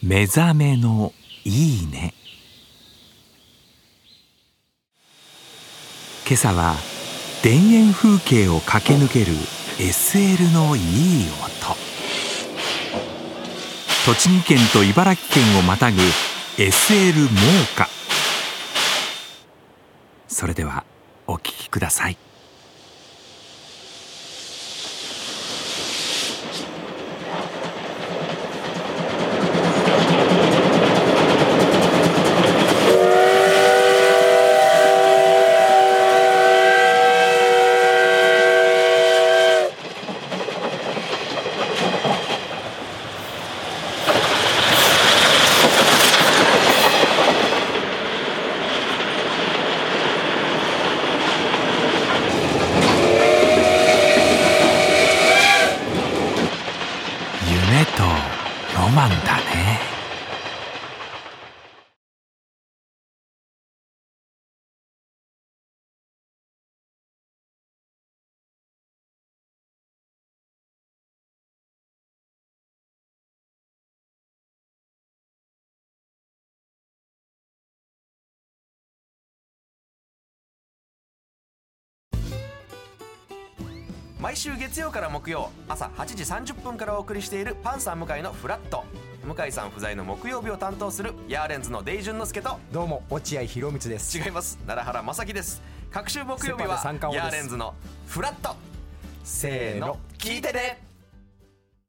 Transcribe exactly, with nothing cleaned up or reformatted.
目覚めのいいね。今朝は田園風景を駆け抜ける エスエル のいい音。栃木県と茨城県をまたぐ エスエル 真岡。それではお聞きください。夢とロマンだね。 毎週月曜から木曜朝はちじさんじゅっぷんからお送りしているパンサー向井のフラット。向井さん不在の木曜日を担当するヤーレンズのデイジュンの之介と、 どうも落合博満です。 違います、奈良原正樹です。各週木曜日はヤーレンズのフラット。せーの聞いてね。